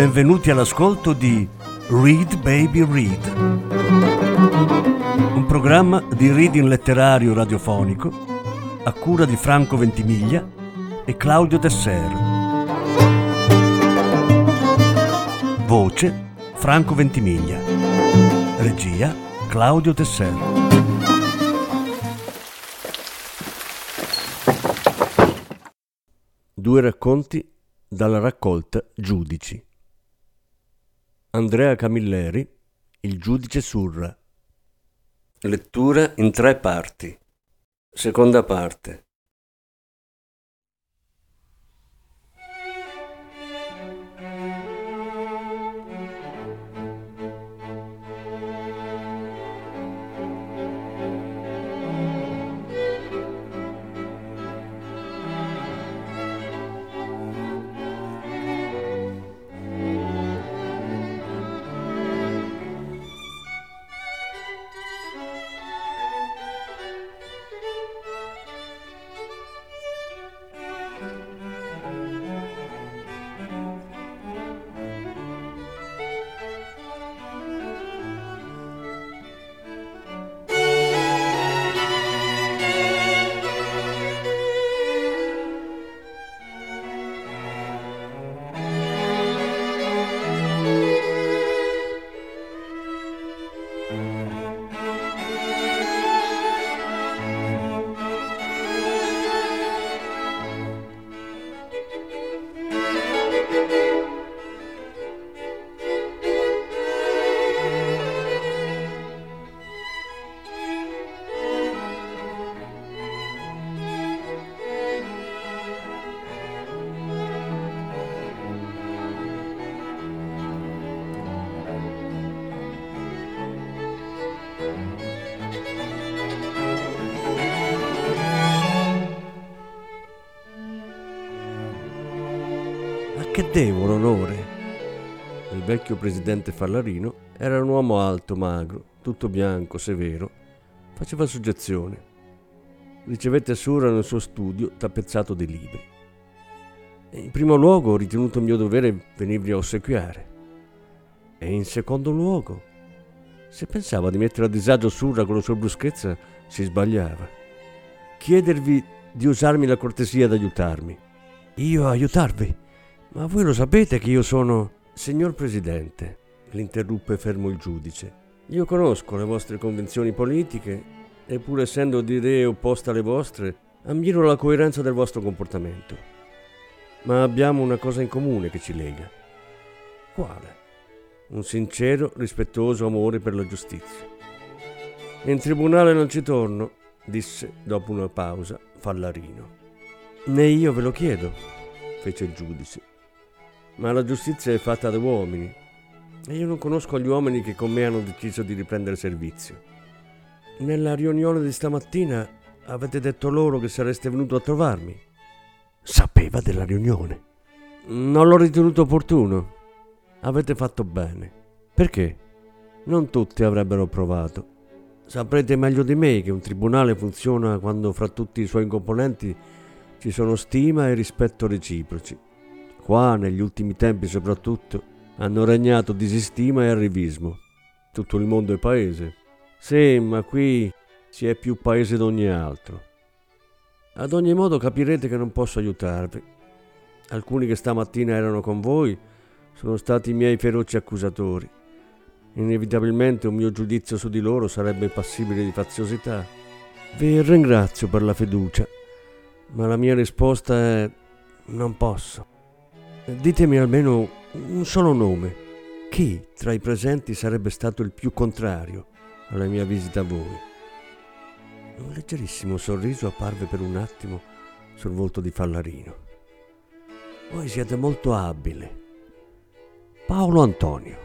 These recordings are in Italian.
Benvenuti all'ascolto di Read Baby Read, un programma di reading letterario radiofonico a cura di Franco Ventimiglia e Claudio Tesser. Voce Franco Ventimiglia. Regia Claudio Tesser. Due racconti dalla raccolta Giudici. Andrea Camilleri, Il giudice Surra. Lettura in 3 parti. Seconda parte. Che devo l'onore? Il vecchio presidente Fallarino era un uomo alto, magro, tutto bianco, severo. Faceva soggezione. Ricevette Surra nel suo studio tappezzato di libri. In primo luogo ho ritenuto mio dovere venirvi a ossequiare. E in secondo luogo, se pensava di mettere a disagio Surra con la sua bruschezza, si sbagliava. Chiedervi di usarmi la cortesia d'aiutarmi. Io aiutarvi? Ma voi lo sapete che io sono... Signor Presidente, l'interruppe fermo il giudice, io conosco le vostre convinzioni politiche e pur essendo di idee opposte alle vostre, ammiro la coerenza del vostro comportamento. Ma abbiamo una cosa in comune che ci lega. Quale? Un sincero, rispettoso amore per la giustizia. In tribunale non ci torno, disse dopo una pausa Fallarino. Né io ve lo chiedo, fece il giudice. Ma la giustizia è fatta da uomini e io non conosco gli uomini che con me hanno deciso di riprendere servizio. Nella riunione di stamattina avete detto loro che sareste venuto a trovarmi. Sapeva della riunione? Non l'ho ritenuto opportuno. Avete fatto bene. Perché? Non tutti avrebbero provato. Saprete meglio di me che un tribunale funziona quando fra tutti i suoi componenti ci sono stima e rispetto reciproci. Qua, negli ultimi tempi soprattutto, hanno regnato disistima e arrivismo. Tutto il mondo è paese. Sì, ma qui si è più paese d'ogni altro. Ad ogni modo capirete che non posso aiutarvi. Alcuni che stamattina erano con voi sono stati i miei feroci accusatori. Inevitabilmente un mio giudizio su di loro sarebbe passibile di faziosità. Vi ringrazio per la fiducia, ma la mia risposta è: non posso. Ditemi almeno un solo nome. Chi tra i presenti sarebbe stato il più contrario alla mia visita a voi? Un leggerissimo sorriso apparve per un attimo sul volto di Fallarino. Voi siete molto abile. Paolo Antonio.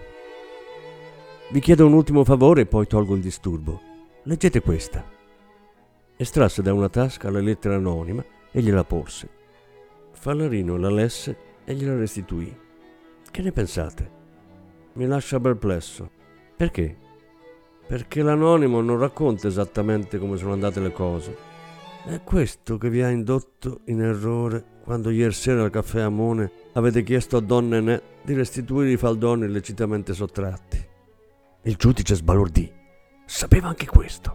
Vi chiedo un ultimo favore e poi tolgo il disturbo. Leggete questa. Estrasse da una tasca la lettera anonima e gliela porse. Fallarino la lesse e gliela restituì. Che ne pensate? Mi lascia perplesso. Perché? Perché l'anonimo non racconta esattamente come sono andate le cose. È questo che vi ha indotto in errore quando ieri sera al caffè Amone avete chiesto a Don Nenè di restituire i faldoni illecitamente sottratti. Il giudice sbalordì. Sapeva anche questo.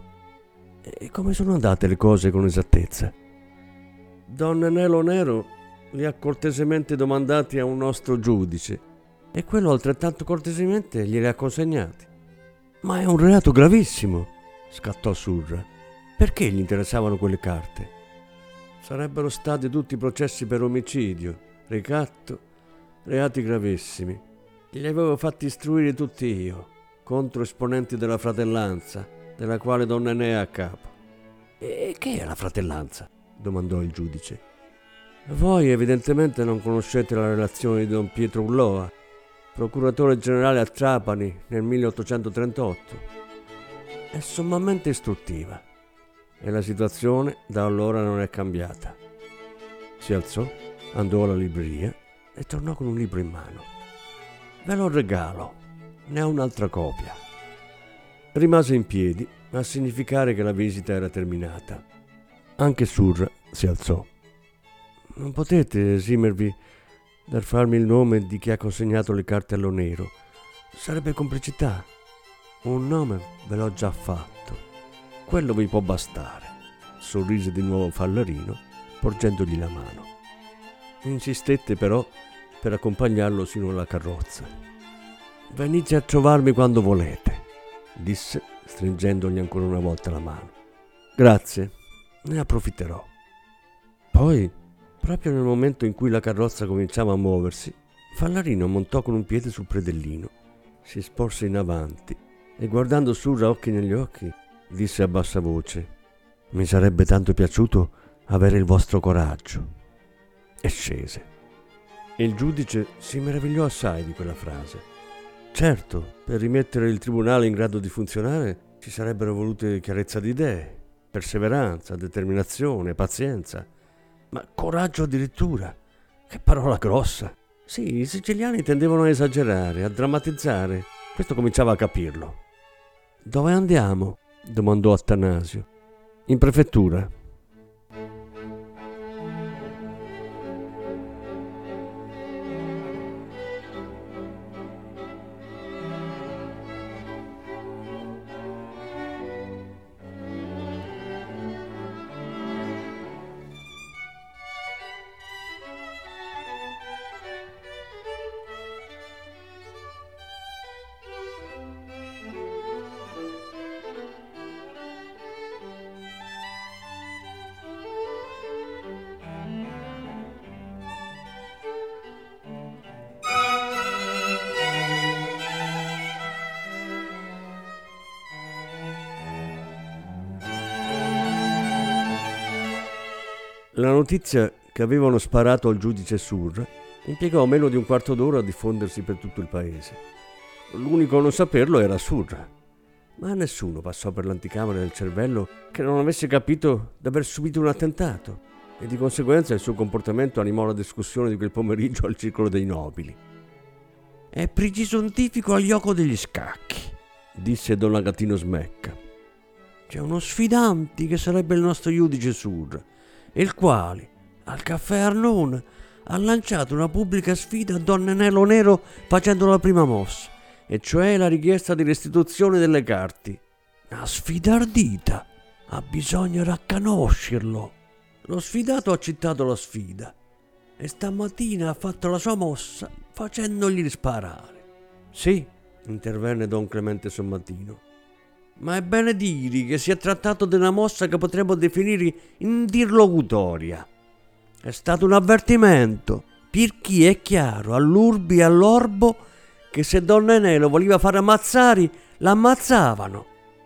E come sono andate le cose con esattezza? Don Nenè Lonero li ha cortesemente domandati a un nostro giudice e quello altrettanto cortesemente glieli ha consegnati. Ma è un reato gravissimo, scattò Surra. Perché gli interessavano quelle carte? Sarebbero stati tutti processi per omicidio, ricatto, reati gravissimi. Li avevo fatti istruire tutti io, contro esponenti della fratellanza, della quale Don Nenè è a capo. E che è la fratellanza? Domandò il giudice. Voi evidentemente non conoscete la relazione di Don Pietro Ulloa, procuratore generale a Trapani nel 1838. È sommamente istruttiva e la situazione da allora non è cambiata. Si alzò, andò alla libreria e tornò con un libro in mano. Ve lo regalo, ne ho un'altra copia. Rimase in piedi a significare che la visita era terminata. Anche Surra si alzò. Non potete esimervi dal farmi il nome di chi ha consegnato le carte a Lonero. Sarebbe complicità. Un nome ve l'ho già fatto. Quello vi può bastare, sorrise di nuovo Fallarino, porgendogli la mano. Insistette però per accompagnarlo sino alla carrozza. Venite a trovarmi quando volete, disse, stringendogli ancora una volta la mano. Grazie, ne approfitterò. Poi, proprio nel momento in cui la carrozza cominciava a muoversi, Fallarino montò con un piede sul predellino, si sporse in avanti e guardando Surra occhi negli occhi, disse a bassa voce: mi sarebbe tanto piaciuto avere il vostro coraggio. E scese. Il giudice si meravigliò assai di quella frase. Certo, per rimettere il tribunale in grado di funzionare ci sarebbero volute chiarezza di idee, perseveranza, determinazione, pazienza, ma coraggio addirittura. Che parola grossa! Sì, i siciliani tendevano a esagerare, a drammatizzare. Questo cominciava a capirlo. Dove andiamo? Domandò Attanasio. In prefettura. La notizia che avevano sparato al giudice Surra impiegò meno di un quarto d'ora a diffondersi per tutto il paese. L'unico a non saperlo era Surra, ma a nessuno passò per l'anticamera del cervello che non avesse capito d'aver subito un attentato e di conseguenza il suo comportamento animò la discussione di quel pomeriggio al circolo dei nobili. «È prigisontifico al gioco degli scacchi», disse Don Agatino Smecca. «C'è uno sfidanti che sarebbe il nostro giudice Surra, il quale, al caffè Arnone, ha lanciato una pubblica sfida a Don Nenè Lonero facendo la prima mossa, e cioè la richiesta di restituzione delle carte. Una sfida ardita, ha bisogno racconoscerlo. Lo sfidato ha accettato la sfida e stamattina ha fatto la sua mossa facendogli sparare. Sì, intervenne Don Clemente Sommatino, ma è bene dire che si è trattato di una mossa che potremmo definire interlocutoria. È stato un avvertimento per chi è chiaro all'urbi e all'orbo che se Don Nenè lo voleva fare ammazzare, l'ammazzavano.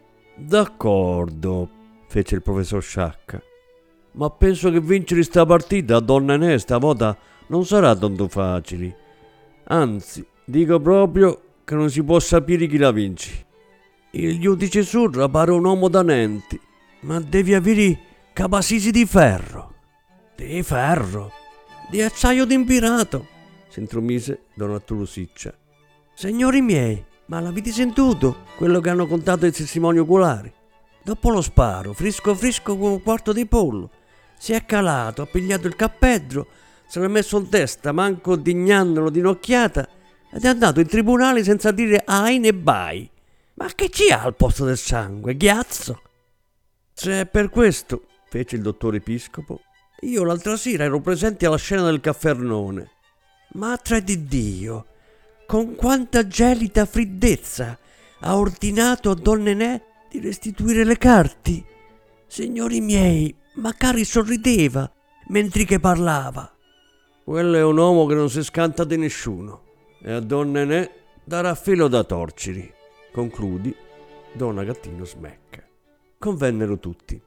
D'accordo, fece il professor Sciacca, ma penso che vincere sta partita a Don Nenè stavolta non sarà tanto facile. Anzi, dico proprio che non si può sapere chi la vince. Il giudice Surra pare un uomo da nenti, ma devi avere capasisi di ferro. Di ferro? Di acciaio d'impirato, si intromise Don Arturo Siccia. Signori miei, ma l'avete sentito quello che hanno contato i testimoni oculari? Dopo lo sparo, frisco frisco come un quarto di pollo. Si è calato, ha pigliato il cappello, se l'è messo in testa, manco dignandolo di un'occhiata, ed è andato in tribunale senza dire ai né bai. Ma che ci ha al posto del sangue, ghiazzo? Se è per questo, fece il dottor episcopo, io l'altra sera ero presente alla scena del Caffernone. Madre di Dio, con quanta gelida freddezza ha ordinato a Don Nenè di restituire le carti. Signori miei, Macari sorrideva mentre che parlava. Quello è un uomo che non si scanta di nessuno e a Don Nenè darà filo da torcere, concludi Don Agattino Smecca. Convennero tutti.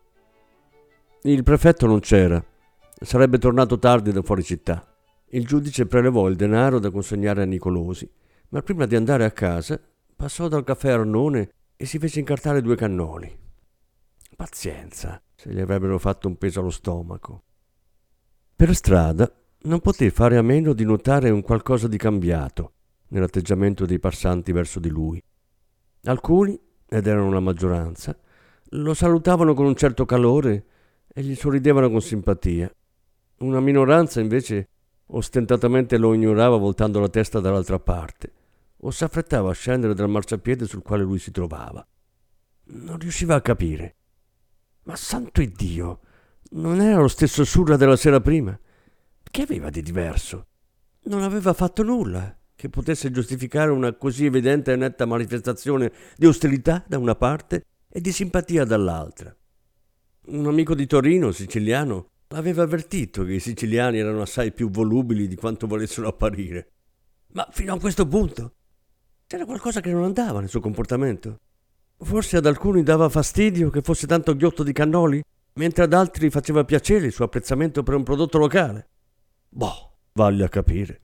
Il prefetto non c'era, sarebbe tornato tardi da fuori città. Il giudice prelevò il denaro da consegnare a Nicolosi, ma prima di andare a casa passò dal caffè Arnone e si fece incartare 2 cannoli. Pazienza, se gli avrebbero fatto un peso allo stomaco. Per strada non poté fare a meno di notare un qualcosa di cambiato nell'atteggiamento dei passanti verso di lui. Alcuni, ed erano la maggioranza, lo salutavano con un certo calore e gli sorridevano con simpatia. Una minoranza, invece, ostentatamente lo ignorava voltando la testa dall'altra parte o s'affrettava a scendere dal marciapiede sul quale lui si trovava. Non riusciva a capire. Ma santo Iddio, non era lo stesso Surra della sera prima? Che aveva di diverso? Non aveva fatto nulla che potesse giustificare una così evidente e netta manifestazione di ostilità da una parte e di simpatia dall'altra. Un amico di Torino, siciliano, aveva avvertito che i siciliani erano assai più volubili di quanto volessero apparire. Ma fino a questo punto c'era qualcosa che non andava nel suo comportamento. Forse ad alcuni dava fastidio che fosse tanto ghiotto di cannoli, mentre ad altri faceva piacere il suo apprezzamento per un prodotto locale. Boh, vale a capire.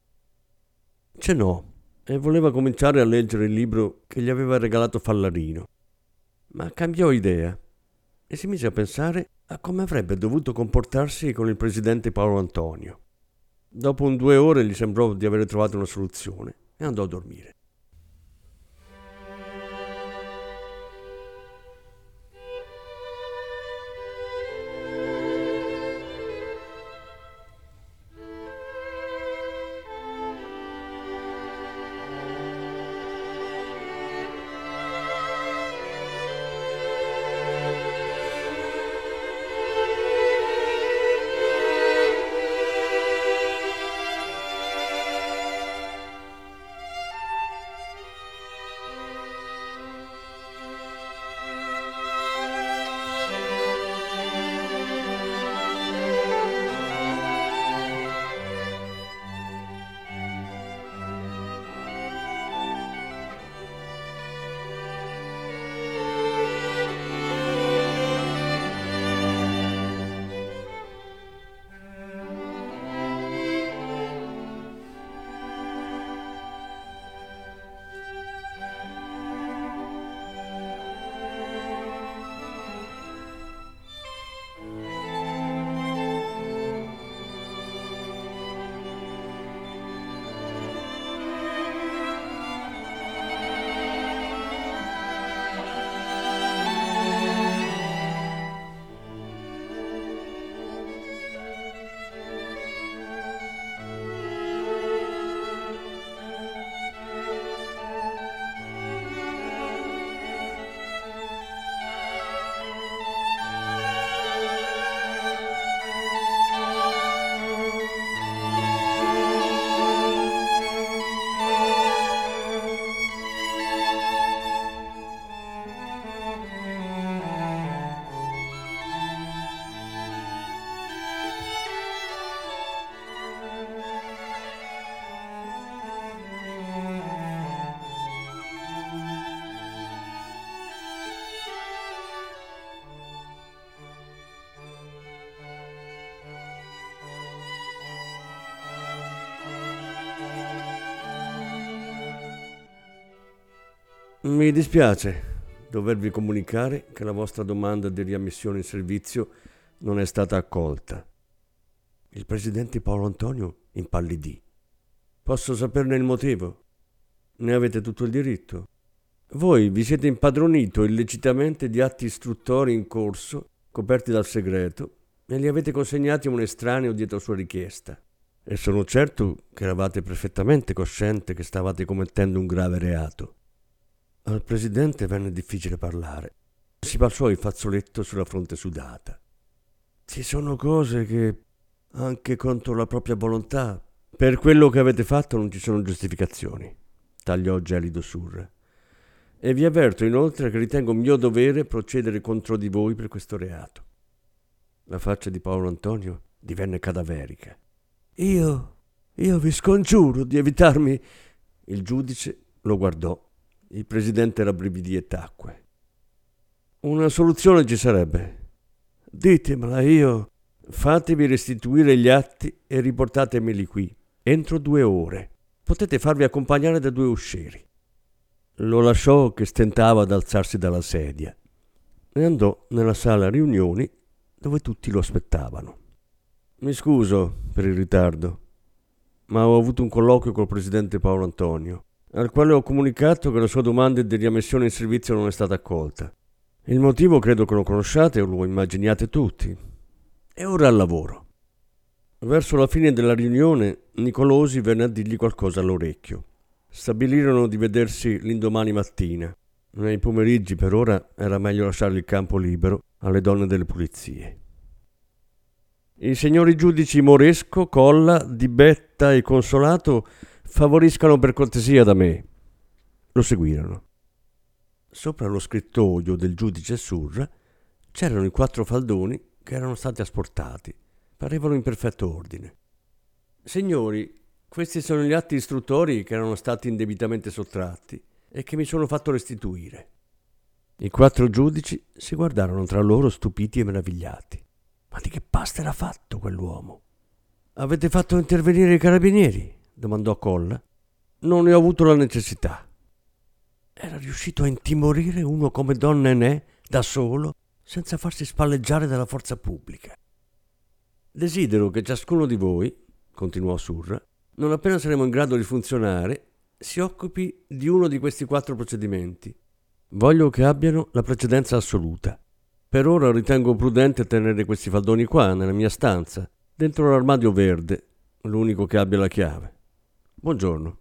Cenò e voleva cominciare a leggere il libro che gli aveva regalato Fallarino, ma cambiò idea e si mise a pensare a come avrebbe dovuto comportarsi con il presidente Paolo Antonio. Dopo 2 ore gli sembrò di aver trovato una soluzione e andò a dormire. Mi dispiace dovervi comunicare che la vostra domanda di riammissione in servizio non è stata accolta. Il presidente Paolo Antonio impallidì. Posso saperne il motivo? Ne avete tutto il diritto. Voi vi siete impadronito illecitamente di atti istruttori in corso, coperti dal segreto, e li avete consegnati a un estraneo dietro sua richiesta. E sono certo che eravate perfettamente cosciente che stavate commettendo un grave reato. Al presidente venne difficile parlare. Si passò il fazzoletto sulla fronte sudata. Ci sono cose che, anche contro la propria volontà, per quello che avete fatto non ci sono giustificazioni, tagliò gelido Surra. E vi avverto inoltre che ritengo mio dovere procedere contro di voi per questo reato. La faccia di Paolo Antonio divenne cadaverica. Io vi scongiuro di evitarmi. Il giudice lo guardò. Il presidente rabbrividì e tacque. Una soluzione ci sarebbe. Ditemela, fatevi restituire gli atti e riportatemeli qui, entro 2 ore. Potete farvi accompagnare da 2 uscieri. Lo lasciò che stentava ad alzarsi dalla sedia e andò nella sala riunioni dove tutti lo aspettavano. Mi scuso per il ritardo, ma ho avuto un colloquio col presidente Paolo Antonio, al quale ho comunicato che la sua domanda di riammissione in servizio non è stata accolta. Il motivo credo che lo conosciate o lo immaginiate tutti. E ora al lavoro. Verso la fine della riunione Nicolosi venne a dirgli qualcosa all'orecchio. Stabilirono di vedersi l'indomani mattina. Nei pomeriggi per ora era meglio lasciare il campo libero alle donne delle pulizie. I signori giudici Moresco, Colla, Di Betta e Consolato favoriscano per cortesia da me. Lo seguirono. Sopra lo scrittoio del giudice Surra c'erano i 4 faldoni che erano stati asportati. Parevano in perfetto ordine. Signori, questi sono gli atti istruttori che erano stati indebitamente sottratti e che mi sono fatto restituire. I 4 giudici si guardarono tra loro stupiti e meravigliati. Ma di che pasta era fatto quell'uomo? Avete fatto intervenire i carabinieri? Domandò Colla. Non ne ho avuto la necessità. Era riuscito a intimorire uno come Don Nenè da solo, senza farsi spalleggiare dalla forza pubblica. Desidero che ciascuno di voi, continuò Surra, non appena saremo in grado di funzionare, si occupi di uno di questi 4 procedimenti. Voglio che abbiano la precedenza assoluta. Per ora ritengo prudente tenere questi faldoni qua, nella mia stanza, dentro l'armadio verde, l'unico che abbia la chiave. Buongiorno.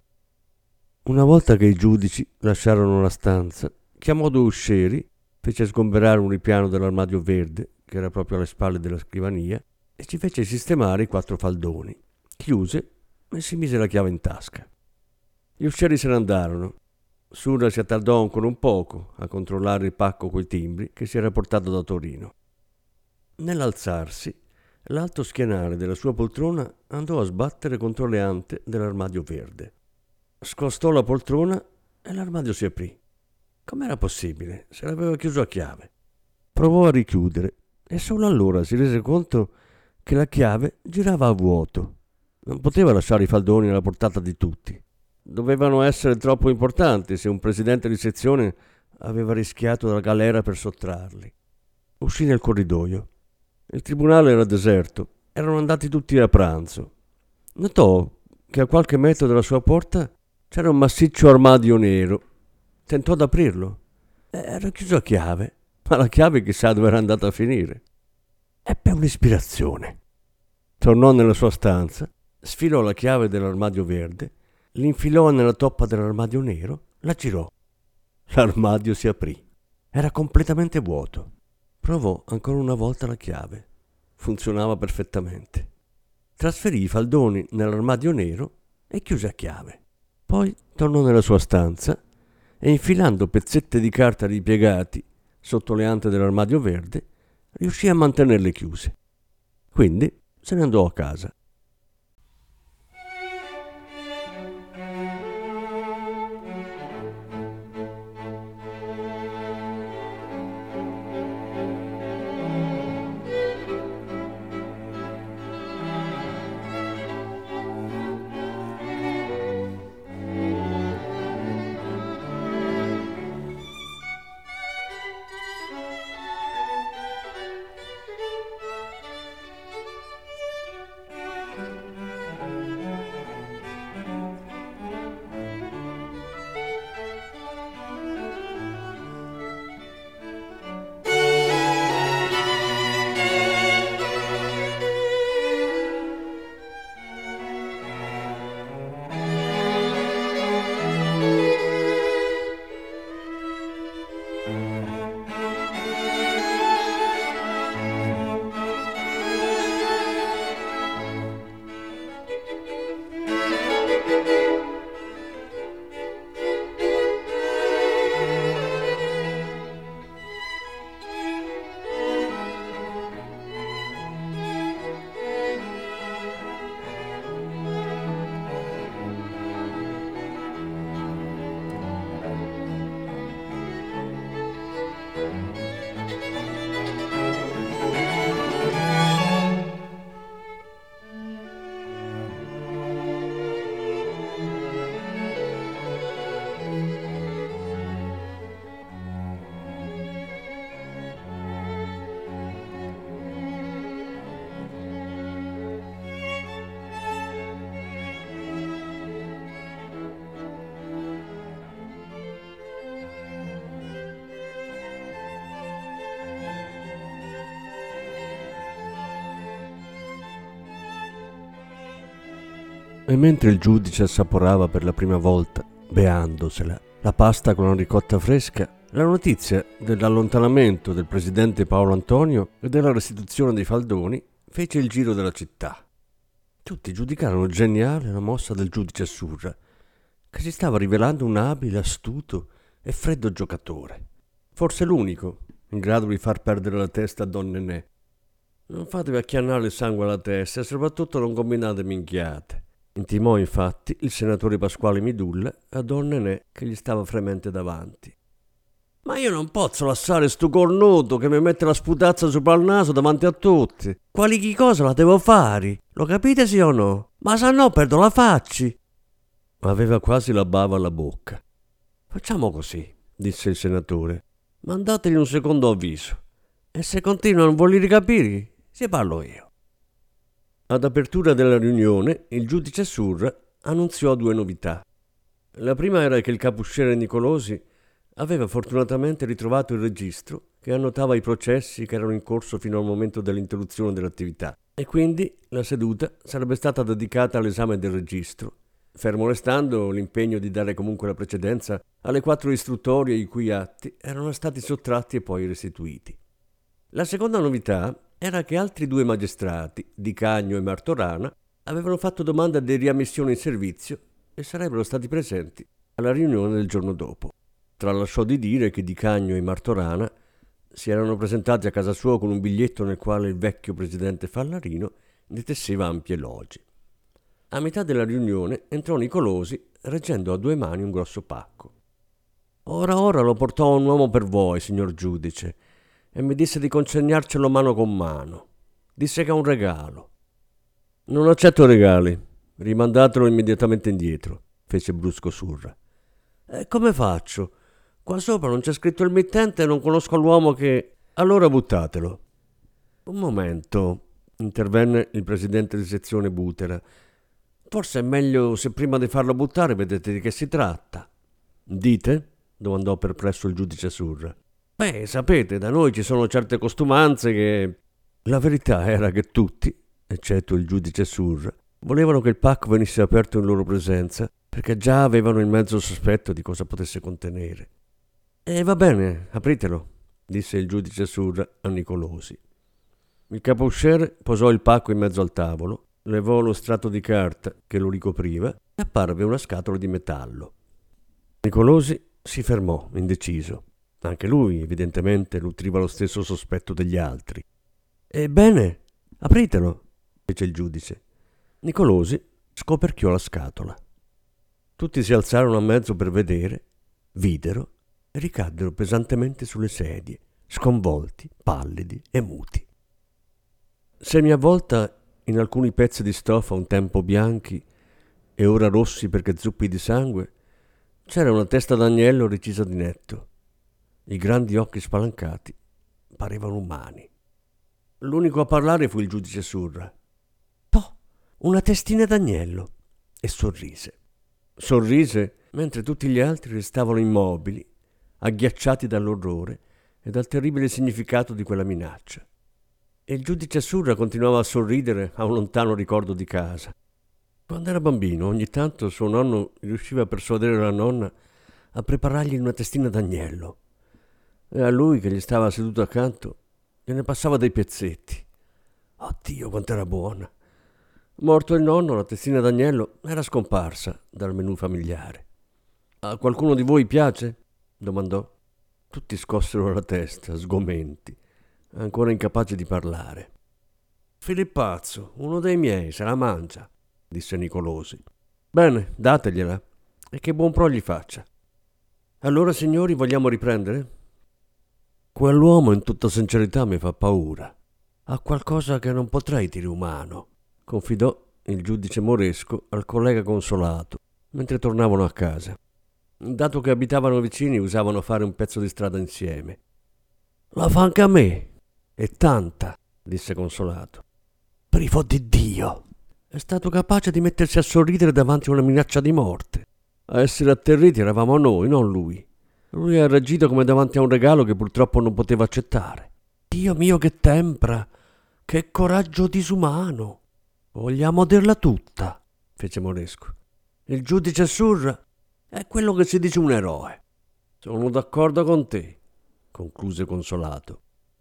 Una volta che i giudici lasciarono la stanza, chiamò 2 uscieri, fece sgomberare un ripiano dell'armadio verde, che era proprio alle spalle della scrivania, e ci fece sistemare i 4 faldoni. Chiuse e si mise la chiave in tasca. Gli uscieri se ne andarono. Surra si attardò ancora un poco a controllare il pacco coi timbri che si era portato da Torino. Nell'alzarsi, l'alto schienale della sua poltrona andò a sbattere contro le ante dell'armadio verde. Scostò la poltrona e l'armadio si aprì. Com'era possibile? Se l'aveva chiuso a chiave. Provò a richiudere e solo allora si rese conto che la chiave girava a vuoto. Non poteva lasciare i faldoni alla portata di tutti. Dovevano essere troppo importanti se un presidente di sezione aveva rischiato la galera per sottrarli. Uscì nel corridoio. Il tribunale era deserto. Erano andati tutti a pranzo. Notò che a qualche metro dalla sua porta c'era un massiccio armadio nero. Tentò ad aprirlo. Era chiuso a chiave, ma la chiave chissà dove era andata a finire. Ebbe un'ispirazione. Tornò nella sua stanza, sfilò la chiave dell'armadio verde, l'infilò nella toppa dell'armadio nero, la girò. L'armadio si aprì. Era completamente vuoto. Provò ancora una volta la chiave. Funzionava perfettamente. Trasferì i faldoni nell'armadio nero e chiuse a chiave. Poi tornò nella sua stanza e, infilando pezzette di carta ripiegati sotto le ante dell'armadio verde, riuscì a mantenerle chiuse. Quindi se ne andò a casa. E mentre il giudice assaporava per la prima volta, beandosela, la pasta con la ricotta fresca, la notizia dell'allontanamento del presidente Paolo Antonio e della restituzione dei faldoni fece il giro della città. Tutti giudicarono geniale la mossa del giudice Assurra, che si stava rivelando un abile, astuto e freddo giocatore. Forse l'unico in grado di far perdere la testa a Don Nenè. Non fatevi acchiannare il sangue alla testa e soprattutto non combinate minchiate. Intimò infatti il senatore Pasquale Midulla a Don Nenè che gli stava fremente davanti. Ma io non posso lasciare sto cornuto che mi mette la sputazza sopra il naso davanti a tutti. Qualche cosa la devo fare, lo capite sì o no? Ma se no perdo la faccia. Aveva quasi la bava alla bocca. Facciamo così, disse il senatore. Mandategli un secondo avviso. E se continua a non voler capire, se parlo io. Ad apertura della riunione, il giudice Assurra annunziò 2 novità. La prima era che il capusciere Nicolosi aveva fortunatamente ritrovato il registro che annotava i processi che erano in corso fino al momento dell'interruzione dell'attività e quindi la seduta sarebbe stata dedicata all'esame del registro, fermo restando l'impegno di dare comunque la precedenza alle 4 istruttorie i cui atti erano stati sottratti e poi restituiti. La seconda novità era che altri 2 magistrati, Di Cagno e Martorana, avevano fatto domanda di riammissione in servizio e sarebbero stati presenti alla riunione del giorno dopo. Tralasciò di dire che Di Cagno e Martorana si erano presentati a casa sua con un biglietto nel quale il vecchio presidente Fallarino ne tesseva ampie elogi. A metà della riunione entrò Nicolosi reggendo a 2 mani un grosso pacco. Ora lo portò un uomo per voi, signor giudice, e mi disse di consegnarcelo mano con mano. Disse che è un regalo. Non accetto regali, rimandatelo immediatamente indietro, fece brusco Surra. E come faccio? Qua sopra non c'è scritto il mittente e non conosco l'uomo che... Allora buttatelo. Un momento, intervenne il presidente di sezione Butera. Forse è meglio se prima di farlo buttare vedete di che si tratta. Dite? Domandò perplesso il giudice Surra. Beh, sapete, da noi ci sono certe costumanze che... La verità era che tutti, eccetto il giudice Surra, volevano che il pacco venisse aperto in loro presenza perché già avevano il mezzo sospetto di cosa potesse contenere. E va bene, apritelo, disse il giudice Surra a Nicolosi. Il capousciere posò il pacco in mezzo al tavolo, levò lo strato di carta che lo ricopriva e apparve una scatola di metallo. Nicolosi si fermò, indeciso. Anche lui, evidentemente, nutriva lo stesso sospetto degli altri. Ebbene, apritelo, fece il giudice. Nicolosi scoperchiò la scatola. Tutti si alzarono a mezzo per vedere, videro e ricaddero pesantemente sulle sedie, sconvolti, pallidi e muti. Semiavvolta in alcuni pezzi di stoffa un tempo bianchi e ora rossi perché zuppi di sangue, c'era una testa d'agnello recisa di netto. I grandi occhi spalancati parevano umani. L'unico a parlare fu il giudice Surra. Toh, una testina d'agnello! E sorrise. Sorrise mentre tutti gli altri restavano immobili, agghiacciati dall'orrore e dal terribile significato di quella minaccia. E il giudice Surra continuava a sorridere a un lontano ricordo di casa. Quando era bambino, ogni tanto suo nonno riusciva a persuadere la nonna a preparargli una testina d'agnello. e a lui, che gli stava seduto accanto, gliene passava dei pezzetti. Oddio, quant'era buona! Morto il nonno, la testina d'agnello era scomparsa dal menù familiare. A qualcuno di voi piace? Domandò. Tutti scossero la testa, sgomenti, ancora incapaci di parlare. Filippazzo, uno dei miei, se la mangia, disse Nicolosi. Bene, dategliela, e che buon pro gli faccia. Allora, signori, vogliamo riprendere? Quell'uomo, in tutta sincerità, mi fa paura. Ha qualcosa che non potrei dire umano, confidò il giudice Moresco al collega Consolato mentre tornavano a casa. Dato che abitavano vicini, usavano fare un pezzo di strada insieme. La fa anche a me, è tanta, disse Consolato. Privo di Dio, è stato capace di mettersi a sorridere davanti a una minaccia di morte. A essere atterriti eravamo noi, non lui. Lui ha reagito come davanti a un regalo che purtroppo non poteva accettare. Dio mio, che tempra, che coraggio disumano. Vogliamo dirla tutta, fece Moresco. Il giudice Surra è quello che si dice un eroe. Sono d'accordo con te, concluse Consolato.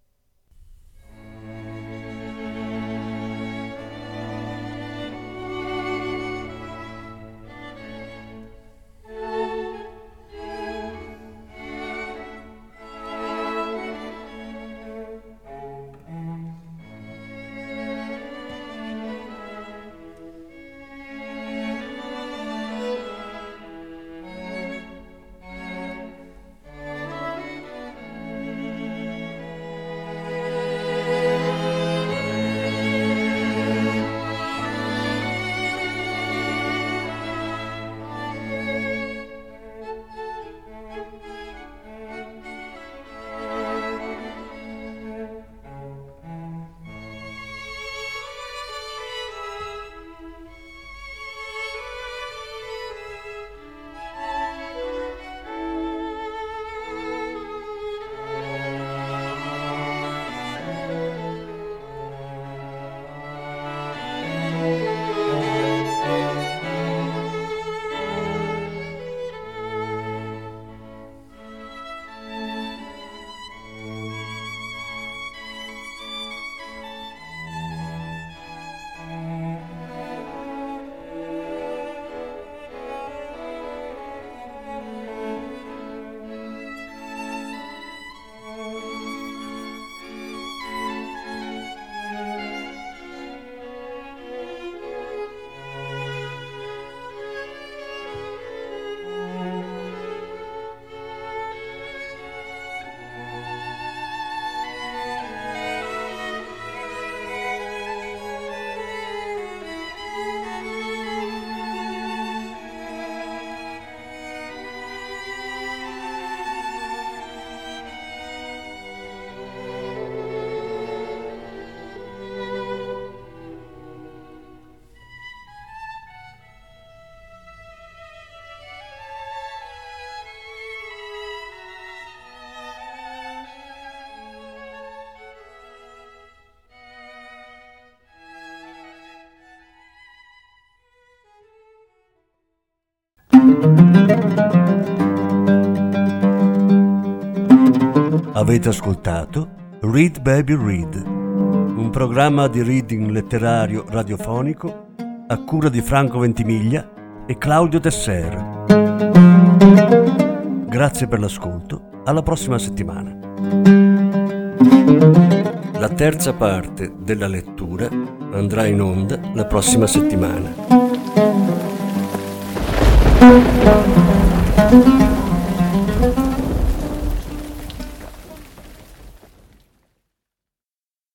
Avete ascoltato Read Baby Read, un programma di reading letterario radiofonico a cura di Franco Ventimiglia e Claudio Tesser. Grazie per l'ascolto, alla prossima settimana. La terza parte della lettura andrà in onda la prossima settimana.